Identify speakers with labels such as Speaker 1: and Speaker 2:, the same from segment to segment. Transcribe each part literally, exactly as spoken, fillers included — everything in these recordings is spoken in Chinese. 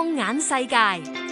Speaker 1: 放眼世界，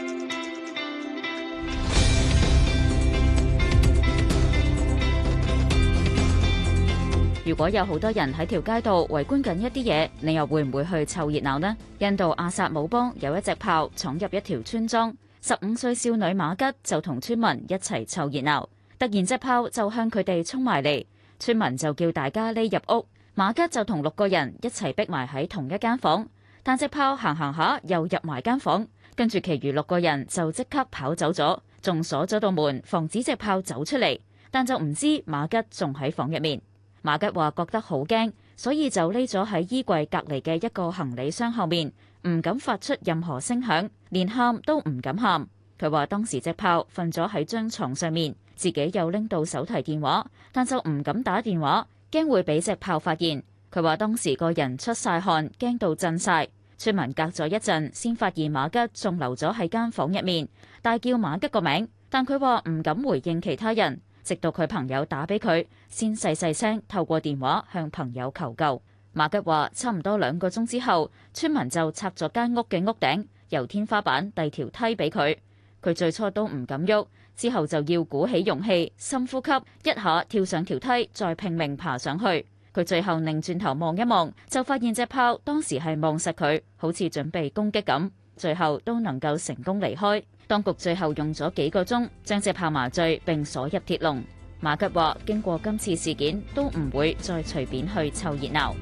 Speaker 2: 如果有好多人喺條街度圍觀緊一啲嘢，你又會唔會去湊熱鬧呢？印度阿薩姆邦有一隻豹闖入一條村莊，十五歲少女馬吉就同村民一齊湊熱鬧。突然隻豹就向佢哋衝埋嚟，村民就叫大家匿入屋，馬吉就同六個人一齊逼埋喺同一間房。但隻豹行行下又入埋間房，跟住其餘六個人就即刻跑走咗，仲鎖咗道門防止隻豹走出嚟。但就唔知馬吉仲喺房入面。馬吉話覺得好驚，所以就匿咗喺衣櫃隔離嘅一個行李箱後面，唔敢發出任何聲響，連喊都唔敢喊。佢話當時隻豹瞓咗喺張床上面，自己又拎到手提電話，但就唔敢打電話，驚會俾隻豹發現。佢話當時個人出晒汗，驚到震晒。村民隔咗一陣先發現馬吉仲留咗喺間房入面，大叫馬吉個名，但佢話唔敢回應其他人，直到佢朋友打俾佢，先細細聲透過電話向朋友求救。馬吉話差唔多兩個鐘之後，村民就拆咗間屋嘅屋頂，由天花板遞條梯俾佢。佢最初都唔敢喐，之後就要鼓起勇氣，深呼吸，一下跳上條梯，再拼命爬上去。佢最後擰轉頭望一望，就發現隻豹當時係望實佢，好似準備攻擊咁。最後都能夠成功離開。當局最後用咗幾個鐘將隻豹麻醉並鎖入鐵籠。馬吉話經過今次事件，都唔會再隨便去湊熱鬧。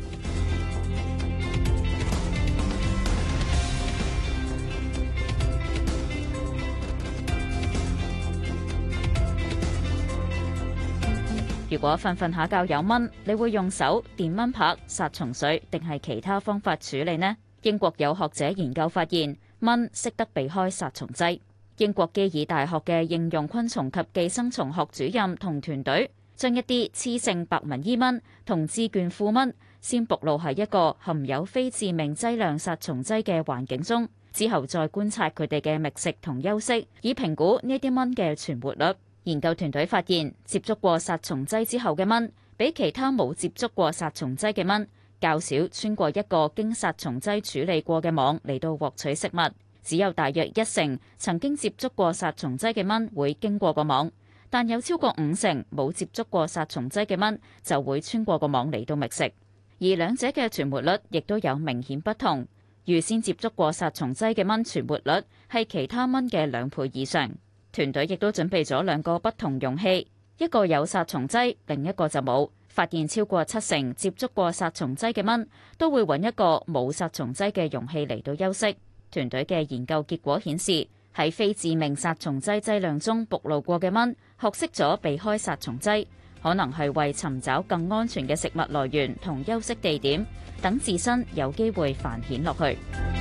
Speaker 2: 如果瞓瞓下覺有蚊，你會用手電蚊拍、殺蟲水定係其他方法處理呢？英國有學者研究發現，蚊識得避開殺蟲劑。英國基爾大學嘅應用昆蟲及寄生蟲學主任同團隊將一啲雌性白紋伊蚊同致倦庫蚊先暴露喺一個含有非致命劑量殺蟲劑嘅環境中，之後再觀察佢哋嘅覓食同休息，以評估呢啲蚊嘅存活率。研究團隊發現，接觸過殺蟲劑之後嘅蚊，比其他冇接觸過殺蟲劑嘅蚊較少穿過一個經殺蟲劑處理過嘅網嚟到獲取食物。只有大約一成曾經接觸過殺蟲劑嘅蚊會經過個網，但有超過五成冇接觸過殺蟲劑嘅蚊就會穿過個網嚟到覓食。而兩者嘅存活率亦都有明顯不同。預先接觸過殺蟲劑嘅蚊存活率係其他蚊嘅兩倍以上。團隊亦都準備咗兩個不同容器，一個有殺蟲劑，另一個就冇。發現超過七成接觸過殺蟲劑嘅蚊都會揾一個冇殺蟲劑嘅容器嚟到休息。團隊嘅研究結果顯示，喺非致命殺蟲劑劑量中暴露過嘅蚊，學識咗避開殺蟲劑，可能係為尋找更安全嘅食物來源同休息地點，等自身有機會繁衍落去。